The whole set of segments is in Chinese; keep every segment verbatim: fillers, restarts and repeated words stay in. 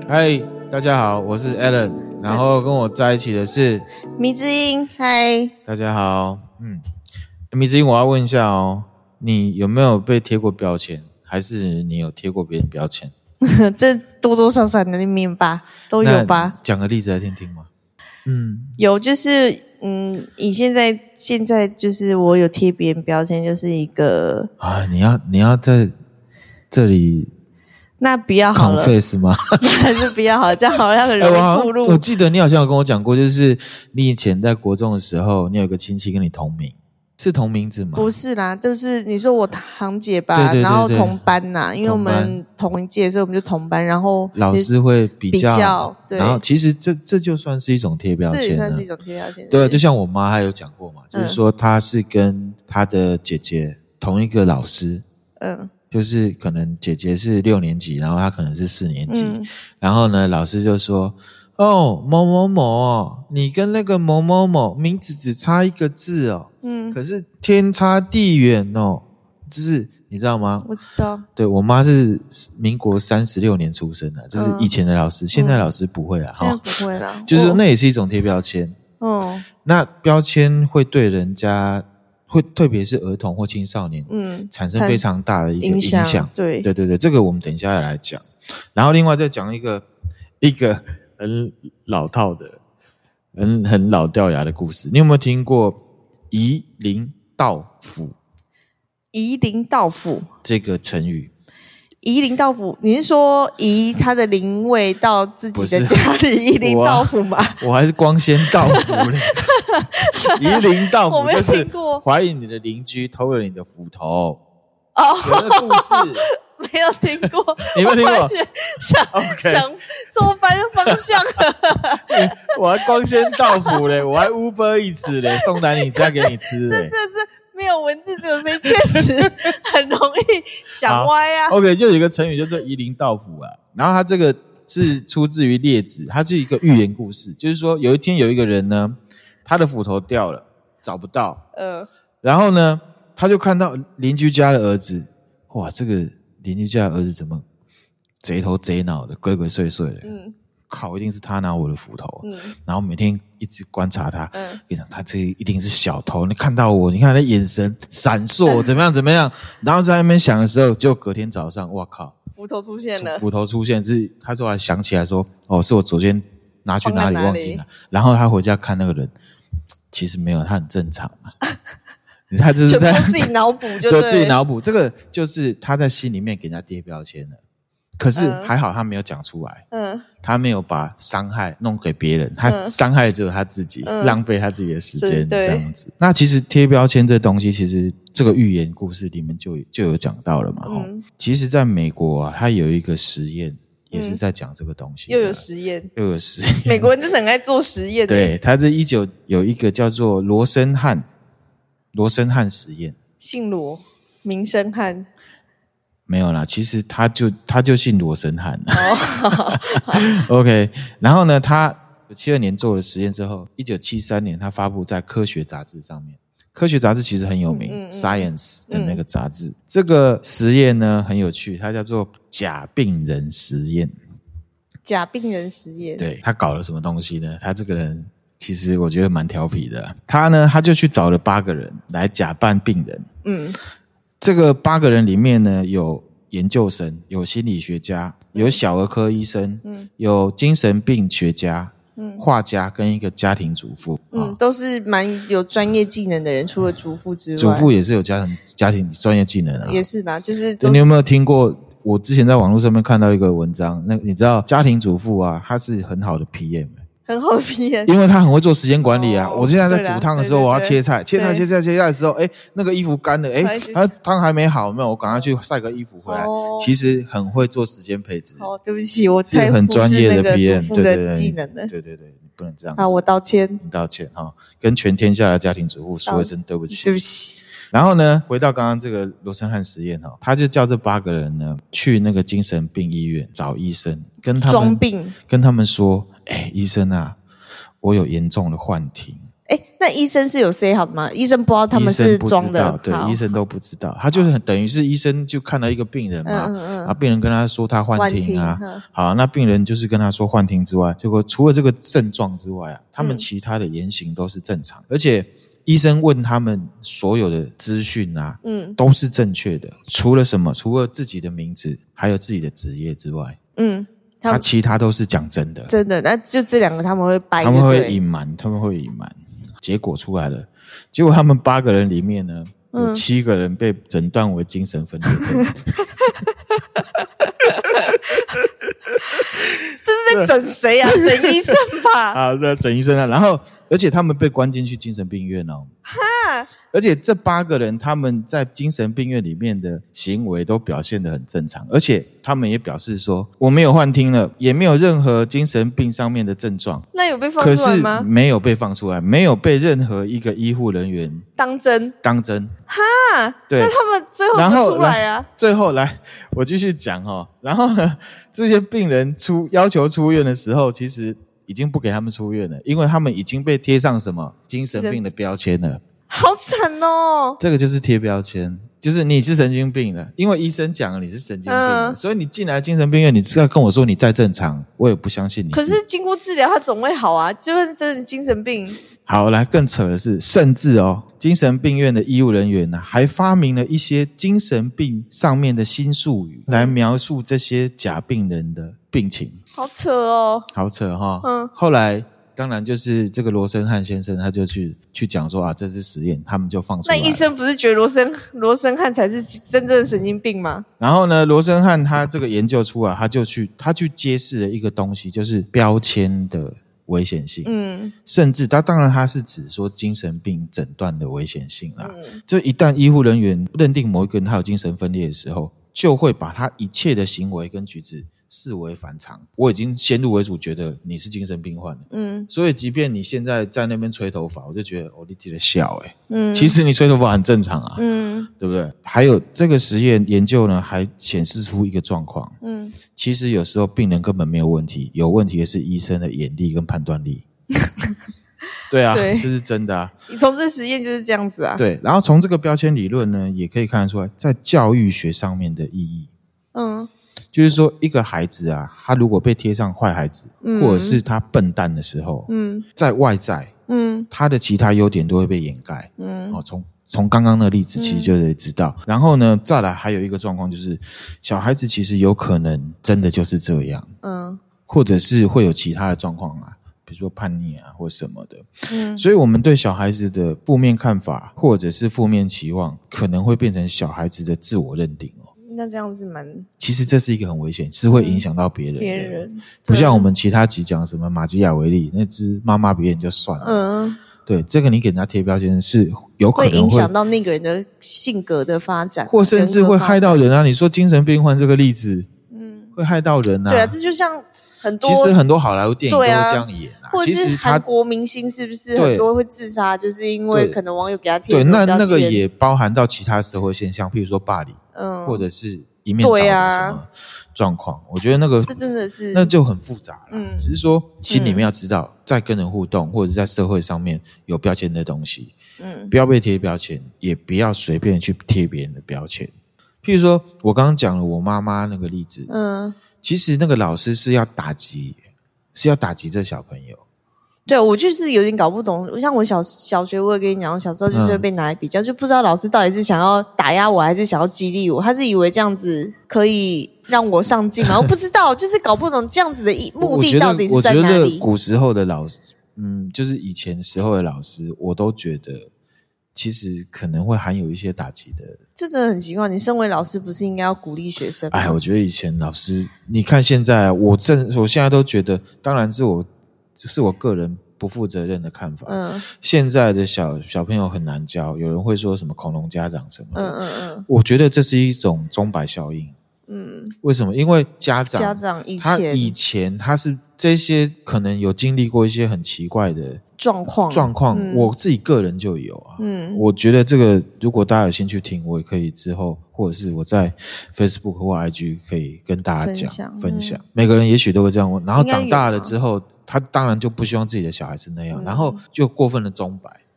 嗨，大家好，我是 Alan， 然后跟我在一起的是迷之音。嗨， 大家好。嗯，迷之音，我要问一下哦，你有没有被贴过标签，还是你有贴过别人标签？ 这多多少少里面吧，都有吧。 讲个例子来听听吗？嗯， 有，就是嗯，你现在现在就是我有贴别人标签，就是一个啊，你要你要在这里。 那不要好了 confess 吗？ 还是不要好了，这样好像很容易暴露、 欸、我, 我记得你好像有跟我讲过，就是你以前在国中的时候，你有个亲戚跟你同名，是同名字吗？ 不是啦，就是你说我堂姐吧， 对对对对， 然后同班呐，因为我们同一届，所以我们就同班，然后老师会比较， 比较对， 然后其实这这就算是一种贴标签了， 这也算是一种贴标签。 对，就像我妈还有讲过嘛，就是说她是跟她的姐姐同一个老师，嗯。就是可能姐姐是六年级，然后她可能是四年级，嗯、然后呢，老师就说：“哦，某某某，你跟那个某某某名字只差一个字哦，嗯，可是天差地远哦。”就是你知道吗？ 我知道。 对，我妈是民国三十六年出生的，这是以前的老师，嗯、现在老师不会啦， 现在不会啦， 就是那也是一种贴标签。哦，那标签会对人家。会特别是儿童或青少年，嗯，产生非常大的一个影响。影响对对对对，这个我们等一下来讲。然后另外再讲一个一个很老套的、很很老掉牙的故事。你有没有听过夷陵道府？ 夷陵道府这个成语。 夷陵道府，你是说移他的灵位到自己的家里？夷陵道府吗？ 我, 我还是光鲜道府嘞。夷陵道府就是怀疑你的邻居偷了你的斧头哦，有的故事没有听过， 你没有听过？ 想、okay. 想错反方向了。 我还光鲜道府嘞，我还 Uber Eats嘞，送来你家给你吃嘞。 这这这没有文字，只有声音，确实很容易想歪啊。 OK， 就有一个成语叫做夷陵道府啊，然后它这个是出自于列子，它是一个寓言故事，就是说有一天有一个人呢。他的斧头掉了，找不到。嗯，然后呢，他就看到邻居家的儿子，哇，这个邻居家的儿子怎么贼头贼脑的，鬼鬼祟祟的。嗯，靠，一定是他拿我的斧头。嗯，然后每天一直观察他，嗯，跟你讲，他这一定是小偷。你看到我，你看他的眼神闪烁，怎么样怎么样？然后在那边想的时候，就隔天早上，哇靠， 斧头出现了。 斧头出现，是他突然想起来说，哦，是我昨天拿去哪里忘记了。然后他回家看那个人。其实没有，他很正常啊。他就是在全部自己脑补，就对， 自己脑补。这个就是他在心里面给人家贴标签了。可是还好他没有讲出来，嗯，他没有把伤害弄给别人，他伤害只有他自己，嗯、浪费他自己的时间这样子。那其实贴标签这东西，其实这个寓言故事里面就就有讲到了嘛。嗯、其实在美国啊，它有一个实验。也是在讲这个东西、 嗯，又有实验， 又有实验。 美国人真的很爱做实验。 对，他这一九有一个叫做罗森汉罗森汉实验， 姓罗，名声汉。 没有啦，其实他就他就姓罗森汉。哦、OK， 然后呢，他七二年做了实验之后，一九七三年他发布在科学杂志上面。科学杂志其实很有名、嗯嗯、，Science 的那个杂志、嗯。这个实验呢很有趣，它叫做假病人实验。 假病人实验， 对，他搞了什么东西呢？他这个人其实我觉得蛮调皮的。他呢，他就去找了八个人来假扮病人。嗯，这个八个人里面呢，有研究生，有心理学家，有小儿科医生，嗯，有精神病学家。嗯，画家跟一个家庭主妇， 嗯，哦、都是蛮有专业技能的人，除了主妇之外， 主妇也是有家庭家庭专业技能啊， 也是啦，就是你有没有听过？我之前在网络上面看到一个文章，那你知道家庭主妇啊，她是很好的 P M， 很好的 P M， 因为她很会做时间管理啊。哦、我现在在煮汤的时候，我要切菜，切菜切菜切菜的时候，哎，那个衣服干了，哎，她汤还没好，没有，我赶快去晒个衣服回来。哦、其实很会做时间配置。 哦，对不起，我太很专业的 P M， 对对对，技能的， 对对对。不能这样子。 好，我道歉。 你道歉哈，跟全天下的家庭主妇说一声对不起。 对不起。 然后呢，回到刚刚这个罗森汉实验哈，他就叫这八个人呢去那个精神病医院找医生，跟他们装病， 跟他们说，哎，医生啊，我有严重的幻听。 哎， 那医生是有 say 好的吗？医生不知道他们是装的， 对，医生都不知道。他就是很等于是医生就看到一个病人嘛，嗯嗯嗯然后病人跟他说他幻听啊，幻听好，那病人就是跟他说幻听之外，结果除了这个症状之外啊，他们其他的言行都是正常，嗯、而且医生问他们所有的资讯啊，嗯，都是正确的，除了什么？除了自己的名字，还有自己的职业之外，嗯。他, 他其他都是讲真的， 真的，那就这两个他们会掰， 他们会隐瞒，他们会隐瞒。结果出来了，结果他们八个人里面呢，嗯、有七个人被诊断为精神分裂症。 这是在整谁啊？整医生吧？ 啊，对，整医生啊。然后，而且他们被关进去精神病院哦。哈！而且这八个人他们在精神病院里面的行为都表现得很正常，而且他们也表示说，我没有幻听了，也没有任何精神病上面的症状。 那有被放出来吗？ 可是没有被放出来，没有被任何一个医护人员当真。 当真。 哈！ 对， 那他们最后不出来啊？ 最后来，我继续讲哦。然后呢，这些病人出要求出院的时候，其实已经不给他们出院了，因为他们已经被贴上什么精神病的标签了。 好惨哦！ 这个就是贴标签，就是你是神经病了，因为医生讲了你是神经病了、嗯、所以你进来精神病院，你要跟我说你再正常，我也不相信你。 可是经过治疗，他总会好啊，就算真的精神病。 好，来更扯的是，甚至哦，精神病院的医务人员呢、啊，还发明了一些精神病上面的新术语，来描述这些假病人的病情。 好扯哦， 好扯哈、哦。嗯，后来。当然，就是这个罗森汉先生，他就去去讲说啊，这是实验，他们就放出来了。 那医生不是觉得罗森罗森汉才是真正的神经病吗？ 然后呢，罗森汉他这个研究出来，他就去他去揭示了一个东西，就是标签的危险性。嗯，甚至他当然他是指说精神病诊断的危险性啦。嗯，就一旦医护人员认定某一个人他有精神分裂的时候，就会把他一切的行为跟举止视为反常。我已经先入为主觉得你是精神病患了，嗯，所以即便你现在在那边吹头发，我就觉得哦，你记得笑欸，嗯，其实你吹头发很正常啊，嗯，对不对？还有这个实验研究呢，还显示出一个状况，嗯，其实有时候病人根本没有问题，有问题的是医生的眼力跟判断力。对啊，对，这是真的啊。 你从这实验就是这样子啊。 对，然后从这个标签理论呢，也可以看得出来，在教育学上面的意义。嗯。就是说一个孩子啊，他如果被贴上坏孩子、嗯、或者是他笨蛋的时候，嗯，在外在嗯，他的其他优点都会被掩盖，嗯，哦，从从刚刚的例子其实就可以知道、嗯、然后呢再来还有一个状况，就是小孩子其实有可能真的就是这样，嗯，或者是会有其他的状况啊，比如说叛逆啊或什么的，嗯，所以我们对小孩子的负面看法或者是负面期望，可能会变成小孩子的自我认定哦。 那这样子蛮…… 其实这是一个很危险，是会影响到别人的。别人不像我们其他集讲什么马基雅维利那只妈妈别人就算了，嗯，对，这个你给人家贴标签是有可能 会, 会影响到那个人的性格的发展， 或甚至会害到人啊！你说精神病患这个例子，嗯，会害到人啊！ 对啊，这就像很多， 其实很多好莱坞电影都会这样演啊， 或者是韩国明星是不是很多会自杀，就是因为可能网友给他贴对，那那个也包含到其他社会现象，譬如说霸凌，嗯，或者是一面倒的什么状况、啊、我觉得那个这真的是那就很复杂了、嗯、只是说心里面要知道、嗯、在跟人互动或者是在社会上面有标签的东西，嗯，不要被贴标签，也不要随便去贴别人的标签。譬如说我刚刚讲了我妈妈那个例子，嗯，其实那个老师是要打击是要打击这小朋友。 对，我就是有点搞不懂，像我小小学我也跟你讲，我小时候就是会被拿来比较、嗯、就不知道老师到底是想要打压我还是想要激励我，他是以为这样子可以让我上进吗？我不知道，就是搞不懂这样子的目的到底是在哪里。 我觉得古时候的老师，嗯，就是以前时候的老师，我都觉得其实可能会含有一些打击的。 真的很奇怪，你身为老师不是应该要鼓励学生吗？ 哎，我觉得以前老师，你看现在我正我现在都觉得，当然是我是我个人不负责任的看法。嗯，现在的小小朋友很难教，有人会说什么恐龙家长什么的。嗯嗯嗯，我觉得这是一种钟摆效应。嗯，为什么？因为家长家长以前他以前他是这些可能有经历过一些很奇怪的状况状况、嗯，我自己个人就有啊。嗯，我觉得这个如果大家有兴趣听，我也可以之后或者是我在 Facebook 或 I G 可以跟大家讲分享。分享嗯、每个人也许都会这样问，然后长大了之后，他当然就不希望自己的小孩是那样，嗯、然后就过分的钟摆。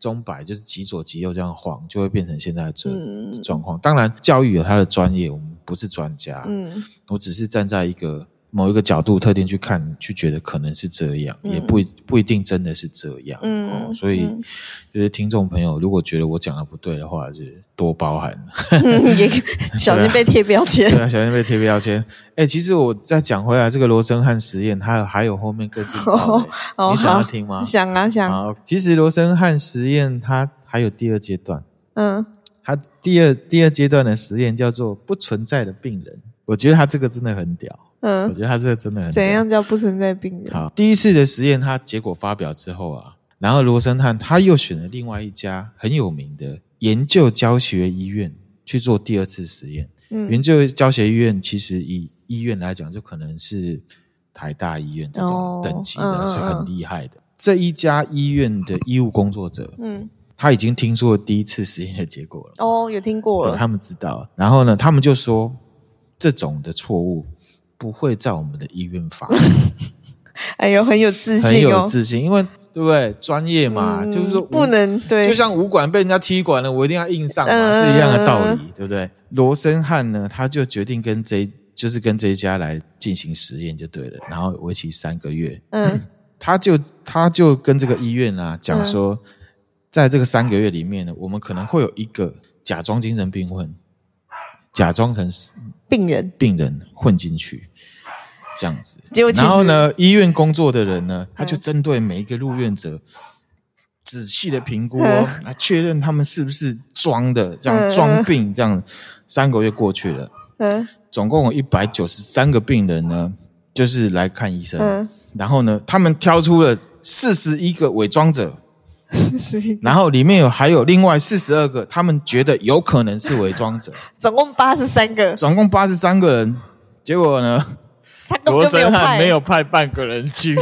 钟摆就是极左极右这样晃，就会变成现在的状况、嗯、当然教育有它的专业，我们不是专家，嗯，我只是站在一个某一个角度特定去看，去觉得可能是这样、嗯、也不不一定真的是这样、嗯哦、所以、嗯、就是听众朋友如果觉得我讲的不对的话，就是多包涵、 嗯、也小心被贴标签。 对啊，小心被贴标签。哎、欸，其实我再讲回来这个罗森汉实验，还有还有后面更劲爆的、欸哦、你想要听吗？ 想啊想啊。其实罗森汉实验它还有第二阶段，嗯，它第二第二阶段的实验叫做不存在的病人。我觉得他这个真的很屌。嗯，我觉得他这个真的很屌。 怎样叫不存在病人？ 好，第一次的实验他结果发表之后啊，然后罗森汉他又选了另外一家很有名的研究教学医院去做第二次实验。嗯，研究教学医院其实以医院来讲就可能是台大医院这种等级的、哦、是很厉害的、嗯嗯嗯、这一家医院的医务工作者嗯，他已经听说了第一次实验的结果了。 哦，有听过了。 对，他们知道。然后呢他们就说这种的错误不会在我们的医院发生。 哎呦，很有自信哦， 很有自信，因为对不对？专业嘛、嗯、就是说不能对， 就像武馆被人家踢馆了，我一定要硬上嘛、嗯、是一样的道理，对不对？罗森汉呢他就决定跟这就是跟这一家来进行实验就对了，然后为期三个月。嗯，他就他就跟这个医院啊讲说、嗯、在这个三个月里面呢，我们可能会有一个假装精神病患，假装成病人病人混进去这样子。然后呢医院工作的人呢他就针对每一个入院者仔细的评估哦，来确认他们是不是装的，这样装病。这样三个月过去了，嗯，总共有一百九十三个病人呢就是来看医生、嗯、然后呢他们挑出了四十一个伪装者，然后里面有还有另外四十二个他们觉得有可能是伪装者， 总共八十三个， 总共八十三个人。结果呢罗森汉没有派半个人去。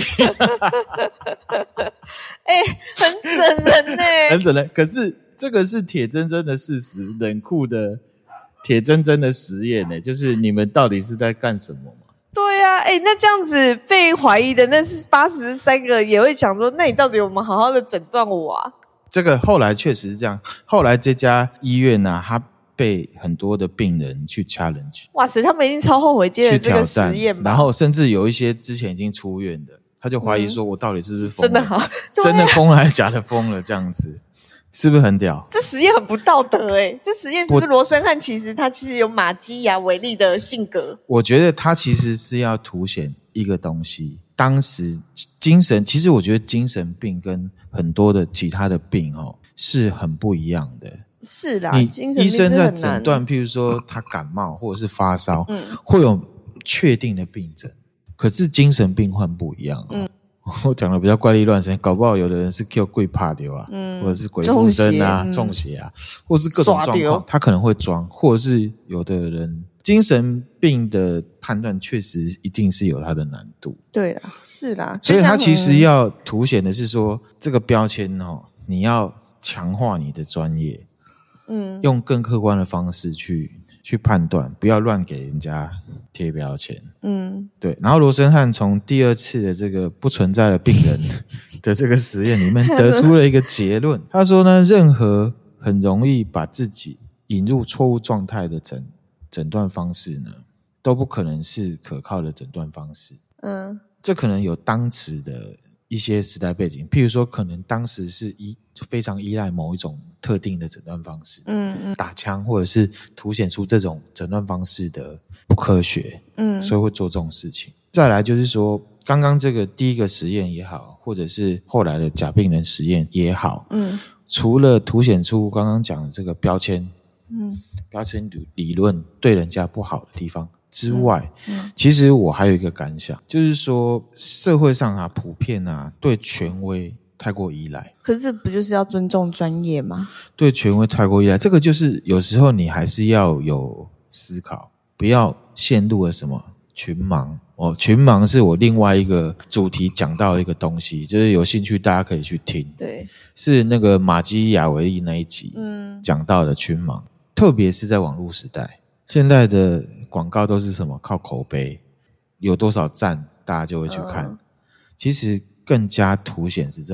哎、欸，很整人呢、欸， 很整人。可是这个是铁铮铮的事实，冷酷的铁铮铮的实验呢、欸，就是你们到底是在干什么嘛？ 对呀、啊，哎、欸，那这样子被怀疑的那是八十三个，也会想说，那你到底有没有好好的诊断我啊？ 这个后来确实是这样，后来这家医院啊，他被很多的病人去 challenge。 哇塞，他们一定超后悔接了这个实验吧。 然后甚至有一些之前已经出院的，他就怀疑说我到底是不是疯了、嗯、 真的好、啊、 真的疯了还是假的疯了，这样子是不是很屌？ 这实验很不道德欸，这实验是不是罗森汉其实他其实有马基雅维利的性格？ 我觉得他其实是要凸显一个东西，当时精神，其实我觉得精神病跟很多的其他的病哦是很不一样的。 是啦，精神病是医生在诊断，譬如说他感冒或者是发烧、嗯、会有确定的病症，可是精神病患不一样、哦嗯、我讲的比较怪力乱神，搞不好有的人是 Q 鬼怕丢啊、嗯，或者是鬼附身啊、中邪、嗯、啊，或是各种状况他可能会装，或者是有的人精神病的判断确实一定是有它的难度。 对啦，是啦， 所以他其实要凸显的是说这个标签哦，你要强化你的专业，嗯，用更客观的方式去去判断，不要乱给人家贴标签。嗯，对。然后罗森汉从第二次的这个不存在的病人的这个实验里面得出了一个结论，他说呢，任何很容易把自己引入错误状态的诊诊断方式呢，都不可能是可靠的诊断方式。嗯，这可能有当时的一些时代背景，譬如说可能当时是依非常依赖某一种特定的诊断方式，嗯嗯，打枪或者是凸显出这种诊断方式的不科学，嗯，所以会做这种事情。再来就是说刚刚这个第一个实验也好，或者是后来的假病人实验也好，嗯，除了凸显出刚刚讲的这个标签，嗯，标签理论对人家不好的地方之外、嗯嗯、其实我还有一个感想，就是说社会上啊普遍啊对权威太过依赖。 可是这不就是要尊重专业吗？ 对权威太过依赖，这个就是有时候你还是要有思考，不要陷入了什么群盲哦。群盲是我另外一个主题讲到一个东西，就是有兴趣大家可以去听， 对， 是那个马基雅维利那一集讲到的群盲、嗯、特别是在网络时代，现在的广告都是什么靠口碑，有多少赞大家就会去看、嗯、其实更加凸显是这种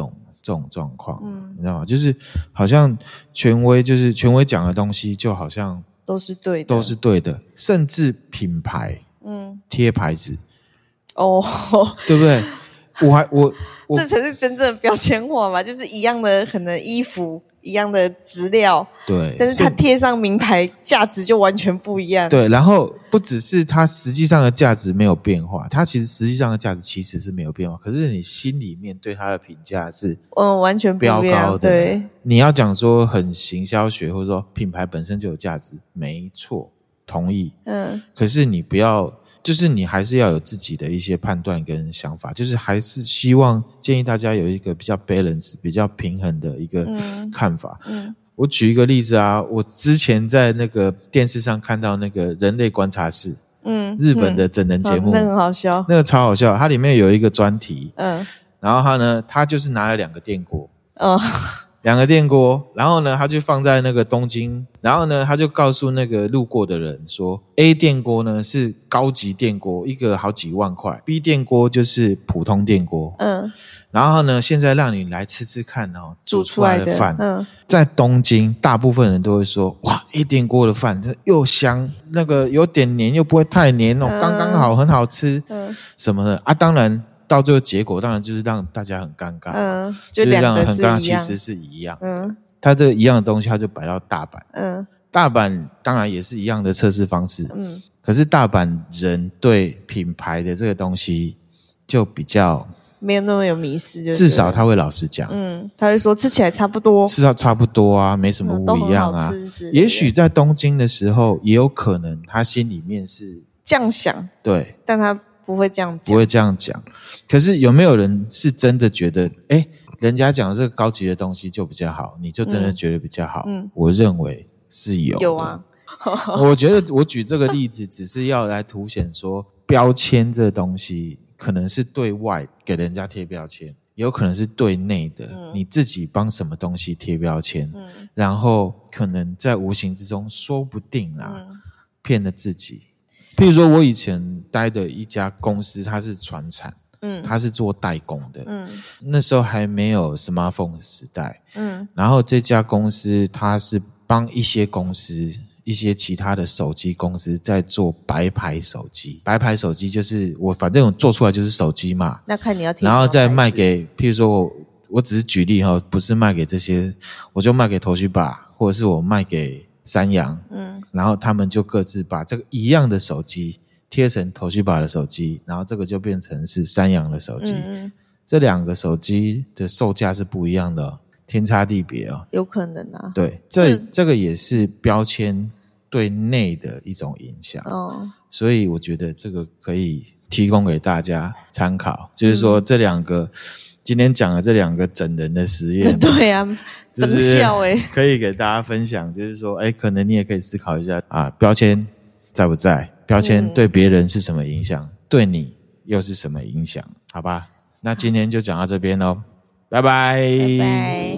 这种状况，嗯，你知道吗？就是好像权威，就是权威讲的东西，就好像都是对的， 都是对的，甚至品牌，嗯，贴牌子， 哦， 对不对？我还我我这才是真正的标签化嘛，就是一样的可能衣服。一样的质料， 对， 但是它贴上名牌，价值就完全不一样。 对，然后不只是它实际上的价值没有变化，它其实实际上的价值其实是没有变化，可是你心里面对它的评价是嗯完全飙高的。 对， 你要讲说很行销学，或者说品牌本身就有价值，没错，同意。嗯，可是你不要。就是你还是要有自己的一些判断跟想法，就是还是希望建议大家有一个比较 balance 比较平衡的一个看法。嗯嗯、我举一个例子啊，我之前在那个电视上看到那个人类观察室，嗯，日本的整人节目， 嗯、那个很好笑， 那个超好笑，它里面有一个专题，嗯，然后他呢，他就是拿了两个电锅，哦。两个电锅，然后呢，他就放在那个东京，然后呢，他就告诉那个路过的人说 ，A 电锅呢是高级电锅，一个好几万块 ；B 电锅就是普通电锅。嗯，然后呢，现在让你来吃吃看哦，煮出来的饭，嗯，在东京，大部分人都会说，哇 ，A 电锅的饭又香，那个有点黏又不会太黏哦，刚刚好，很好吃，嗯，什么的啊，当然。到最后结果当然就是让大家很尴尬，嗯，就两个是一样，其实是一样，嗯，它这个一样的东西，它就摆到大阪，嗯，大阪当然也是一样的测试方式，嗯，可是大阪人对品牌的这个东西就比较没有那么有迷思， 至少他会老实讲， 嗯，他会说吃起来差不多， 吃到差不多啊，没什么不一样啊，嗯、也许在东京的时候，也有可能他心里面是这样想， 对， 但他。不会这样讲， 不会这样讲。可是有没有人是真的觉得，哎，人家讲的这个高级的东西就比较好，你就真的觉得比较好？嗯，我认为是有的。 有啊， 我觉得我举这个例子，只是要来凸显说，标签这东西可能是对外给人家贴标签，也有可能是对内的，嗯、你自己帮什么东西贴标签，嗯、然后可能在无形之中，说不定啊，嗯、骗了自己。譬如说我以前待的一家公司，它是传产，嗯，它是做代工的，嗯，那时候还没有 smartphone 的时代，嗯，然后这家公司它是帮一些公司、一些其他的手机公司在做白牌手机，白牌手机就是我反正我做出来就是手机嘛， 那看你要贴， 然后再卖给，譬如说我我只是举例哈，不是卖给这些，我就卖给Toshiba，或者是我卖给。三洋，嗯，然后他们就各自把这个一样的手机贴成Toshiba的手机，然后这个就变成是三洋的手机，嗯，这两个手机的售价是不一样的哦，天差地别哦， 有可能啊， 对，这这个也是标签对内的一种影响哦，所以我觉得这个可以提供给大家参考，就是说这两个。今天讲的这两个整人的实验， 对啊，真笑诶， 可以给大家分享，就是说，哎，可能你也可以思考一下啊，标签在不在？标签对别人是什么影响？嗯、对你又是什么影响？好吧，那今天就讲到这边咯，拜拜， 拜拜。